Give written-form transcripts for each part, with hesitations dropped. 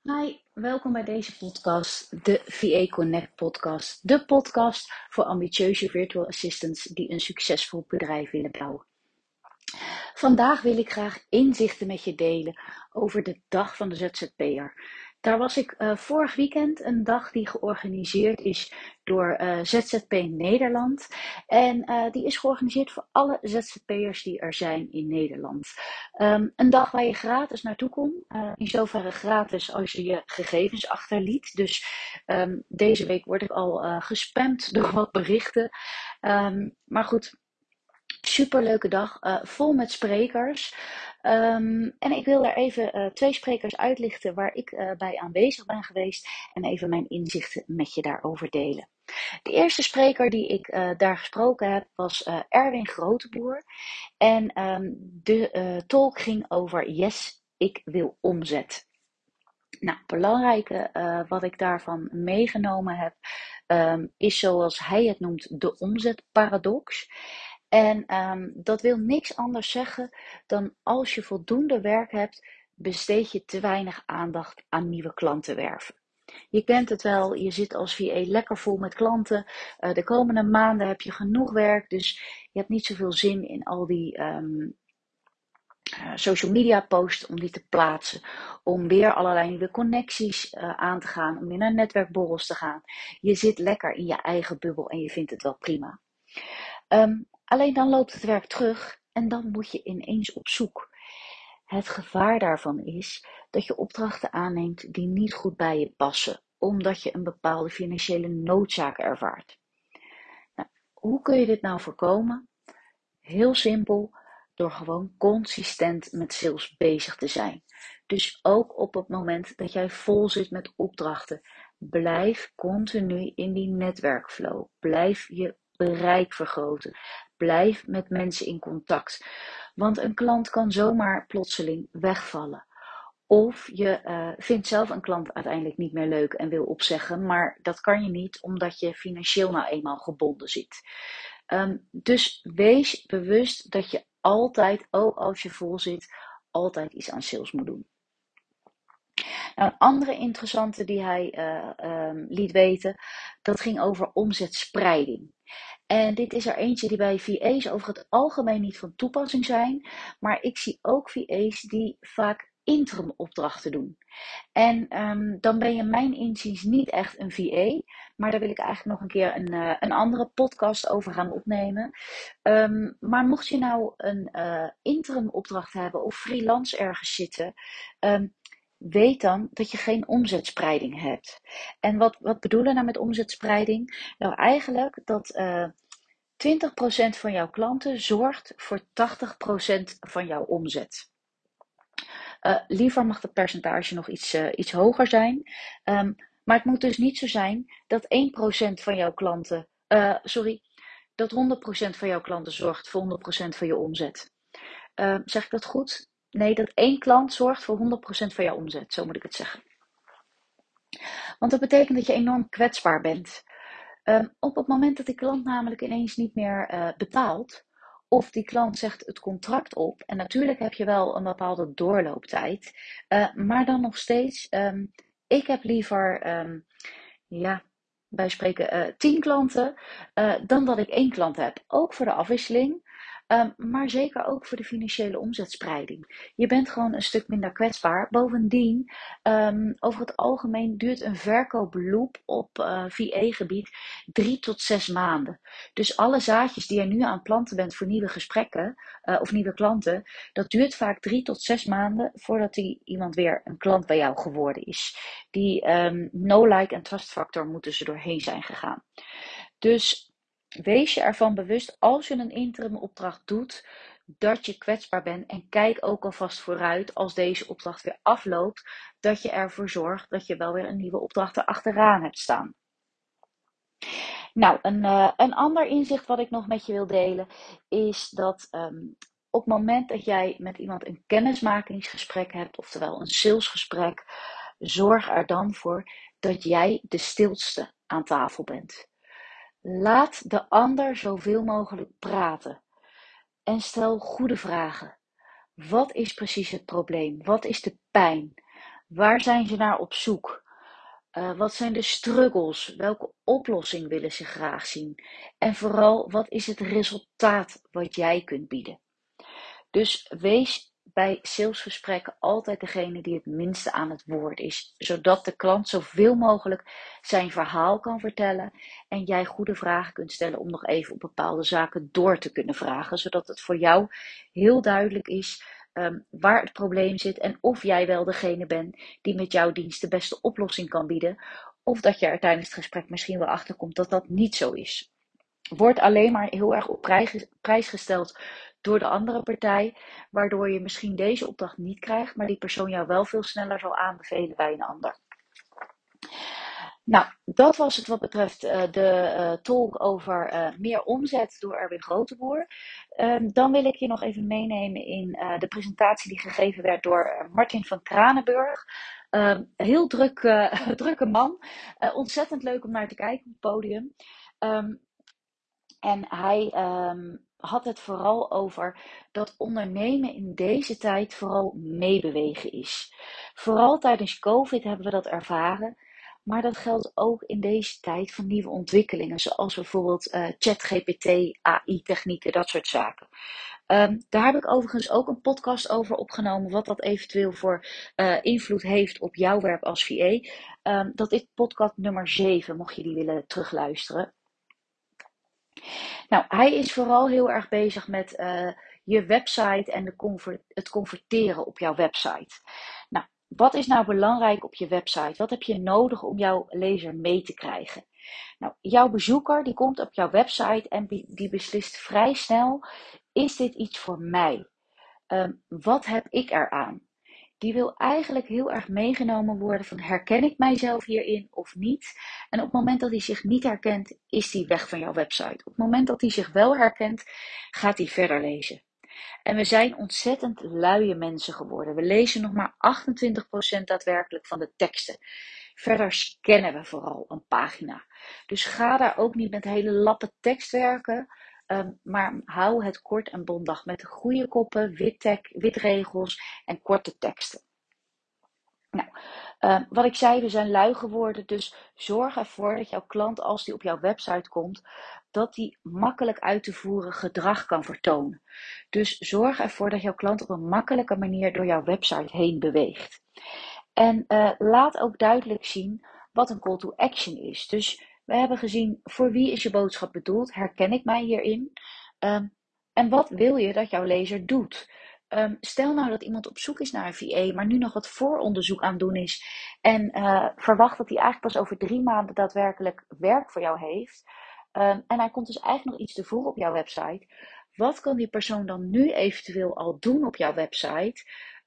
Hi, welkom bij deze podcast, de VA Connect podcast. De podcast voor ambitieuze virtual assistants die een succesvol bedrijf willen bouwen. Vandaag wil ik graag inzichten met je delen over de dag van de ZZP'er. Daar was ik vorig weekend, een dag die georganiseerd is door ZZP Nederland. En die is georganiseerd voor alle ZZP'ers die er zijn in Nederland. Een dag waar je gratis naartoe kon. In zoverre gratis als je je gegevens achterliet. Dus deze week word ik al gespamd door wat berichten. Maar goed, superleuke dag, vol met sprekers. En ik wil daar even twee sprekers uitlichten waar ik bij aanwezig ben geweest en even mijn inzichten met je daarover delen. De eerste spreker die ik daar gesproken heb was Erwin Groteboer. En de talk ging over yes, ik wil omzet. Nou, het belangrijke wat ik daarvan meegenomen heb, is zoals hij het noemt de omzetparadox. En dat wil niks anders zeggen dan als je voldoende werk hebt, besteed je te weinig aandacht aan nieuwe klanten werven. Je kent het wel, je zit als VA lekker vol met klanten. De komende maanden heb je genoeg werk, dus je hebt niet zoveel zin in al die social media posts om die te plaatsen. Om weer allerlei nieuwe connecties aan te gaan, om weer naar netwerkborrels te gaan. Je zit lekker in je eigen bubbel en je vindt het wel prima. Alleen dan loopt het werk terug en dan moet je ineens op zoek. Het gevaar daarvan is dat je opdrachten aanneemt die niet goed bij je passen, omdat je een bepaalde financiële noodzaak ervaart. Nou, hoe kun je dit nou voorkomen? Heel simpel, door gewoon consistent met sales bezig te zijn. Dus ook op het moment dat jij vol zit met opdrachten, blijf continu in die netwerkflow. Blijf je bereik vergroten. Blijf met mensen in contact. Want een klant kan zomaar plotseling wegvallen. Of je vindt zelf een klant uiteindelijk niet meer leuk en wil opzeggen, maar dat kan je niet omdat je financieel nou eenmaal gebonden zit. Dus wees bewust dat je altijd, ook als je vol zit, altijd iets aan sales moet doen. Nou, een andere interessante die hij liet weten, dat ging over omzetspreiding. En dit is er eentje die bij VA's over het algemeen niet van toepassing zijn. Maar ik zie ook VA's die vaak interim opdrachten doen. En dan ben je mijn inziens niet echt een VA. Maar daar wil ik eigenlijk nog een keer een andere podcast over gaan opnemen. Maar mocht je nou een interim opdracht hebben of freelance ergens zitten. Weet dan dat je geen omzetspreiding hebt. En wat bedoelen we nou met omzetspreiding? Nou, eigenlijk dat 20% van jouw klanten zorgt voor 80% van jouw omzet. Liever mag het percentage nog iets hoger zijn. Maar het moet dus niet zo zijn dat 1% van jouw klanten, dat 100% van jouw klanten zorgt voor 100% van je omzet. Zeg ik dat goed? Nee, dat één klant zorgt voor 100% van jouw omzet, zo moet ik het zeggen. Want dat betekent dat je enorm kwetsbaar bent. Op het moment dat die klant namelijk ineens niet meer betaalt, of die klant zegt het contract op, en natuurlijk heb je wel een bepaalde doorlooptijd, maar dan nog steeds, ik heb liever, ja, bij spreken 10 klanten, dan dat ik 1 klant heb. Ook voor de afwisseling. Maar zeker ook voor de financiële omzetspreiding. Je bent gewoon een stuk minder kwetsbaar. Bovendien, over het algemeen duurt een verkooploop op VA-gebied 3 tot 6 maanden. Dus alle zaadjes die je nu aan het planten bent voor nieuwe gesprekken of nieuwe klanten, dat duurt vaak 3 tot 6 maanden voordat iemand weer een klant bij jou geworden is. Die no, like en trust factor moeten ze doorheen zijn gegaan. Dus wees je ervan bewust als je een interim opdracht doet, dat je kwetsbaar bent. En kijk ook alvast vooruit als deze opdracht weer afloopt, dat je ervoor zorgt dat je wel weer een nieuwe opdracht erachteraan hebt staan. Nou, een ander inzicht wat ik nog met je wil delen is dat op het moment dat jij met iemand een kennismakingsgesprek hebt, oftewel een salesgesprek, zorg er dan voor dat jij de stilste aan tafel bent. Laat de ander zoveel mogelijk praten en stel goede vragen. Wat is precies het probleem? Wat is de pijn? Waar zijn ze naar op zoek? Wat zijn de struggles? Welke oplossing willen ze graag zien? En vooral, wat is het resultaat wat jij kunt bieden? Dus wees bij salesgesprekken altijd degene die het minste aan het woord is, zodat de klant zoveel mogelijk zijn verhaal kan vertellen en jij goede vragen kunt stellen om nog even op bepaalde zaken door te kunnen vragen, zodat het voor jou heel duidelijk is waar het probleem zit en of jij wel degene bent die met jouw dienst de beste oplossing kan bieden, of dat je er tijdens het gesprek misschien wel achter komt dat dat niet zo is. Wordt alleen maar heel erg op prijs gesteld door de andere partij, waardoor je misschien deze opdracht niet krijgt, maar die persoon jou wel veel sneller zal aanbevelen bij een ander. Nou, dat was het wat betreft de talk over meer omzet door Erwin Groteboer. Dan wil ik je nog even meenemen in de presentatie die gegeven werd door Martin van Kranenburg. Heel drukke man. Ontzettend leuk om naar te kijken op het podium. En hij had het vooral over dat ondernemen in deze tijd vooral meebewegen is. Vooral tijdens COVID hebben we dat ervaren. Maar dat geldt ook in deze tijd van nieuwe ontwikkelingen, zoals bijvoorbeeld ChatGPT, AI-technieken, dat soort zaken. Daar heb ik overigens ook een podcast over opgenomen, wat dat eventueel voor invloed heeft op jouw werk als VA. Dat is podcast nummer 7, mocht je die willen terugluisteren. Nou, hij is vooral heel erg bezig met je website en het converteren op jouw website. Nou, wat is nou belangrijk op je website? Wat heb je nodig om jouw lezer mee te krijgen? Nou, jouw bezoeker die komt op jouw website en die beslist vrij snel, is dit iets voor mij? Wat heb ik eraan? Die wil eigenlijk heel erg meegenomen worden van herken ik mijzelf hierin of niet? En op het moment dat hij zich niet herkent, is hij weg van jouw website. Op het moment dat hij zich wel herkent, gaat hij verder lezen. En we zijn ontzettend luie mensen geworden. We lezen nog maar 28% daadwerkelijk van de teksten. Verder scannen we vooral een pagina. Dus ga daar ook niet met hele lappen tekst werken. Maar hou het kort en bondig met goede koppen, witregels en korte teksten. Nou, wat ik zei, we zijn lui geworden, dus zorg ervoor dat jouw klant, als die op jouw website komt, dat die makkelijk uit te voeren gedrag kan vertonen. Dus zorg ervoor dat jouw klant op een makkelijke manier door jouw website heen beweegt. En laat ook duidelijk zien wat een call to action is. Dus we hebben gezien, voor wie is je boodschap bedoeld? Herken ik mij hierin? En wat wil je dat jouw lezer doet? Stel nou dat iemand op zoek is naar een VA, maar nu nog wat vooronderzoek aan het doen is en verwacht dat hij eigenlijk pas over 3 maanden daadwerkelijk werk voor jou heeft. En hij komt dus eigenlijk nog iets te vroeg op jouw website. Wat kan die persoon dan nu eventueel al doen op jouw website?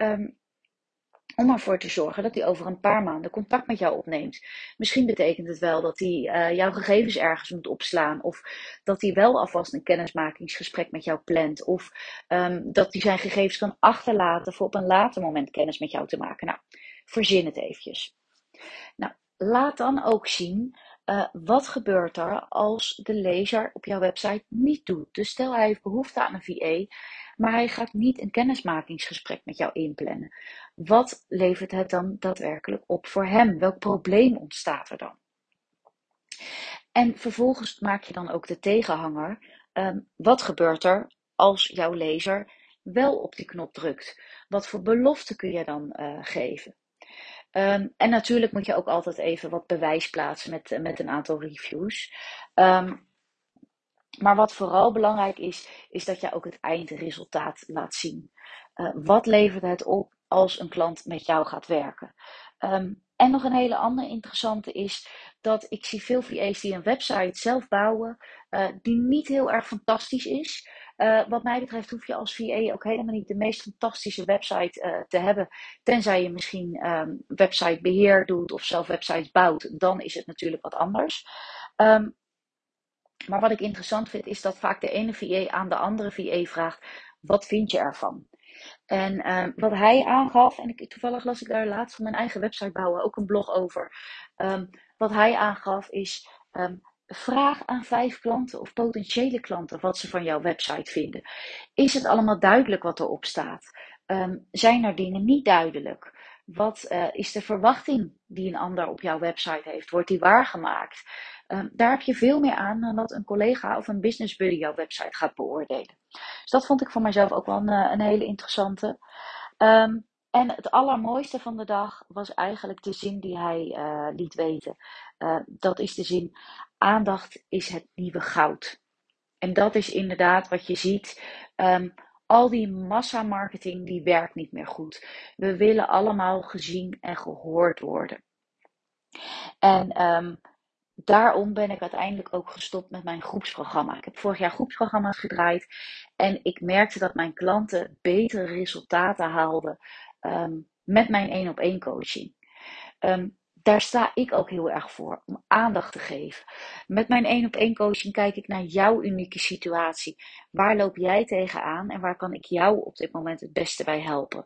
Om ervoor te zorgen dat hij over een paar maanden contact met jou opneemt. Misschien betekent het wel dat hij jouw gegevens ergens moet opslaan. Of dat hij wel alvast een kennismakingsgesprek met jou plant. Of dat hij zijn gegevens kan achterlaten voor op een later moment kennis met jou te maken. Nou, verzin het eventjes. Nou, laat dan ook zien wat gebeurt er als de lezer op jouw website niet doet. Dus stel hij heeft behoefte aan een VA, maar hij gaat niet een kennismakingsgesprek met jou inplannen. Wat levert het dan daadwerkelijk op voor hem? Welk probleem ontstaat er dan? En vervolgens maak je dan ook de tegenhanger. Wat gebeurt er als jouw lezer wel op die knop drukt? Wat voor belofte kun je dan geven? En natuurlijk moet je ook altijd even wat bewijs plaatsen met een aantal reviews. Maar wat vooral belangrijk is dat je ook het eindresultaat laat zien. Wat levert het op als een klant met jou gaat werken? En nog een hele andere interessante is dat ik zie veel VA's die een website zelf bouwen, die niet heel erg fantastisch is. Wat mij betreft hoef je als VA ook helemaal niet de meest fantastische website te hebben. Tenzij je misschien websitebeheer doet of zelf websites bouwt. Dan is het natuurlijk wat anders. Maar wat ik interessant vind is dat vaak de ene VA aan de andere VA vraagt: wat vind je ervan? En wat hij aangaf, en toevallig las ik daar laatst van mijn eigen website bouwen ook een blog over. Wat hij aangaf is: vraag aan 5 klanten of potentiële klanten wat ze van jouw website vinden. Is het allemaal duidelijk wat erop staat? Zijn er dingen niet duidelijk? Wat is de verwachting die een ander op jouw website heeft? Wordt die waargemaakt? Daar heb je veel meer aan dan dat een collega of een business buddy jouw website gaat beoordelen. Dus dat vond ik voor mijzelf ook wel een hele interessante. En het allermooiste van de dag was eigenlijk de zin die hij liet weten. Dat is de zin: aandacht is het nieuwe goud. En dat is inderdaad wat je ziet. Al die massamarketing die werkt niet meer goed. We willen allemaal gezien en gehoord worden. En daarom ben ik uiteindelijk ook gestopt met mijn groepsprogramma. Ik heb vorig jaar groepsprogramma's gedraaid. En ik merkte dat mijn klanten betere resultaten haalden met mijn 1-op-1 coaching. Daar sta ik ook heel erg voor, om aandacht te geven. Met mijn 1-op-1 coaching kijk ik naar jouw unieke situatie. Waar loop jij tegenaan en waar kan ik jou op dit moment het beste bij helpen?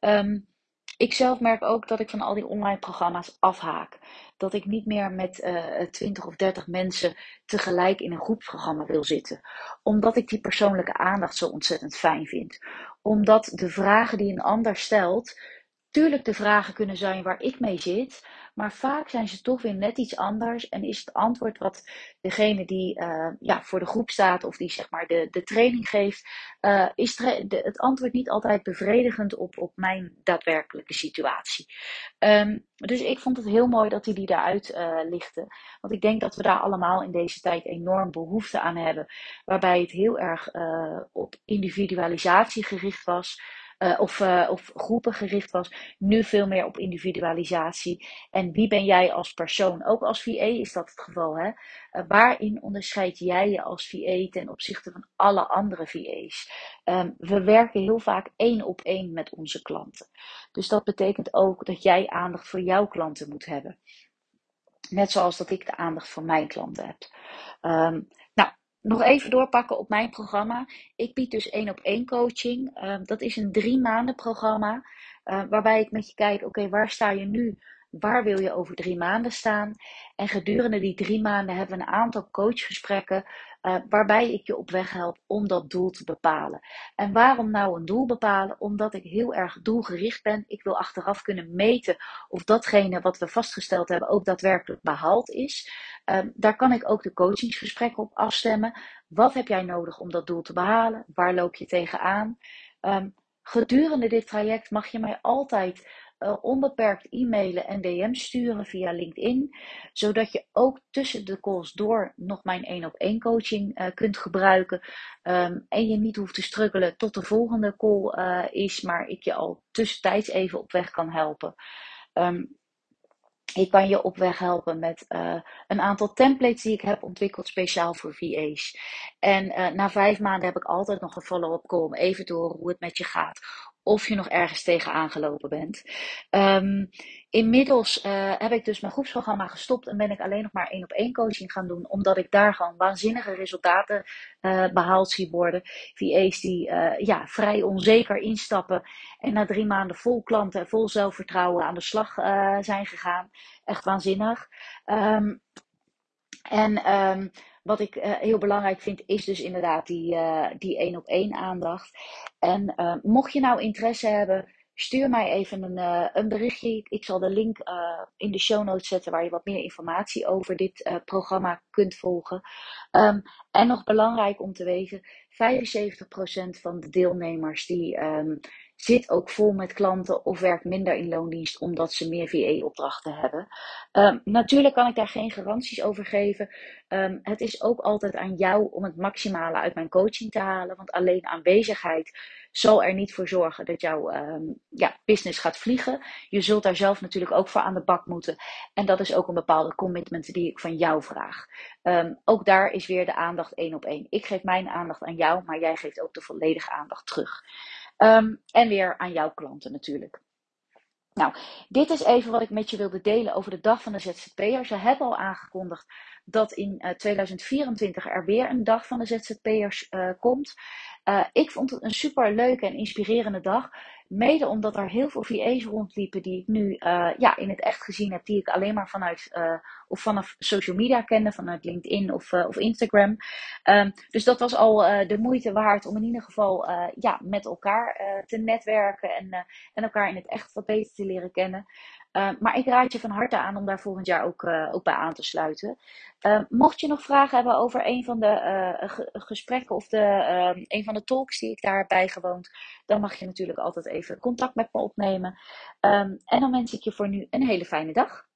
Ik zelf merk ook dat ik van al die online programma's afhaak. Dat ik niet meer met 20 of 30 mensen tegelijk in een groepsprogramma wil zitten. Omdat ik die persoonlijke aandacht zo ontzettend fijn vind. Omdat de vragen die een ander stelt, tuurlijk de vragen kunnen zijn waar ik mee zit, maar vaak zijn ze toch weer net iets anders en is het antwoord wat degene die voor de groep staat of die zeg maar de training geeft, is het antwoord niet altijd bevredigend op mijn daadwerkelijke situatie. Dus ik vond het heel mooi dat hij die daaruit lichtte, want ik denk dat we daar allemaal in deze tijd enorm behoefte aan hebben, waarbij het heel erg op individualisatie gericht was. Of groepen gericht was, nu veel meer op individualisatie. En wie ben jij als persoon? Ook als VA is dat het geval. Hè? Waarin onderscheid jij je als VA ten opzichte van alle andere VA's? We werken heel vaak 1-op-1 met onze klanten. Dus dat betekent ook dat jij aandacht voor jouw klanten moet hebben. Net zoals dat ik de aandacht voor mijn klanten heb. Nou, nog even doorpakken op mijn programma. Ik bied dus 1-op-1 coaching. Dat is een 3 maanden programma. Waarbij ik met je kijk, oké, waar sta je nu? Waar wil je over 3 maanden staan? En gedurende die 3 maanden hebben we een aantal coachgesprekken. Waarbij ik je op weg help om dat doel te bepalen. En waarom nou een doel bepalen? Omdat ik heel erg doelgericht ben. Ik wil achteraf kunnen meten of datgene wat we vastgesteld hebben ook daadwerkelijk behaald is. Daar kan ik ook de coachingsgesprekken op afstemmen. Wat heb jij nodig om dat doel te behalen? Waar loop je tegenaan? Gedurende dit traject mag je mij altijd onbeperkt e-mailen en DM's sturen via LinkedIn. Zodat je ook tussen de calls door nog mijn 1-op-1 coaching kunt gebruiken. En je niet hoeft te struggelen tot de volgende call is. Maar ik je al tussentijds even op weg kan helpen. Ik kan je op weg helpen met een aantal templates die ik heb ontwikkeld speciaal voor VA's. En na 5 maanden heb ik altijd nog een follow-up call om even te horen hoe het met je gaat. Of je nog ergens tegenaan gelopen bent. Inmiddels heb ik dus mijn groepsprogramma gestopt en ben ik alleen nog maar 1-op-1 coaching gaan doen. Omdat ik daar gewoon waanzinnige resultaten behaald zie worden. VA's die vrij onzeker instappen en na 3 maanden vol klanten en vol zelfvertrouwen aan de slag zijn gegaan. Echt waanzinnig. Wat ik heel belangrijk vind, is dus inderdaad die 1-op-1 aandacht. En mocht je nou interesse hebben, stuur mij even een berichtje. Ik zal de link in de show notes zetten waar je wat meer informatie over dit programma kunt volgen. En nog belangrijk om te weten, 75% van de deelnemers die zit ook vol met klanten of werkt minder in loondienst omdat ze meer VA-opdrachten hebben. Natuurlijk kan ik daar geen garanties over geven. Het is ook altijd aan jou om het maximale uit mijn coaching te halen. Want alleen aanwezigheid zal er niet voor zorgen dat jouw business gaat vliegen. Je zult daar zelf natuurlijk ook voor aan de bak moeten. En dat is ook een bepaalde commitment die ik van jou vraag. Ook daar is weer de aandacht 1-op-1. Ik geef mijn aandacht aan jou, maar jij geeft ook de volledige aandacht terug. En weer aan jouw klanten natuurlijk. Nou, dit is even wat ik met je wilde delen over de dag van de ZZP'er. Ze hebben al aangekondigd dat in 2024 er weer een dag van de ZZP'ers komt. Ik vond het een super leuke en inspirerende dag. Mede omdat er heel veel VA's rondliepen die ik nu in het echt gezien heb, die ik alleen maar vanuit of vanaf social media kende, vanuit LinkedIn of Instagram. Dus dat was al de moeite waard om in ieder geval met elkaar te netwerken en elkaar in het echt wat beter te leren kennen. Maar ik raad je van harte aan om daar volgend jaar ook bij aan te sluiten. Mocht je nog vragen hebben over een van de gesprekken of een van de talks die ik daar heb bijgewoond, dan mag je natuurlijk altijd even contact met me opnemen. En dan wens ik je voor nu een hele fijne dag.